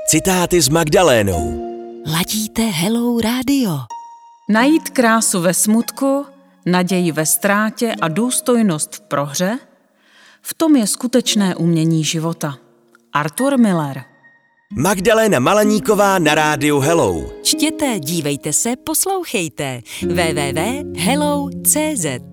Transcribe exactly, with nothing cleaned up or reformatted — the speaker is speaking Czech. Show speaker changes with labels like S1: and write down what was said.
S1: Citáty s Magdalénou.
S2: Ladíte Hello Radio.
S3: Najít krásu ve smutku, naději ve ztrátě a důstojnost v prohře, v tom je skutečné umění života. Arthur Miller.
S1: Magdaléna Malaníková na rádiu Hello.
S2: Čtěte, dívejte se, poslouchejte. w w w tečka hello tečka c z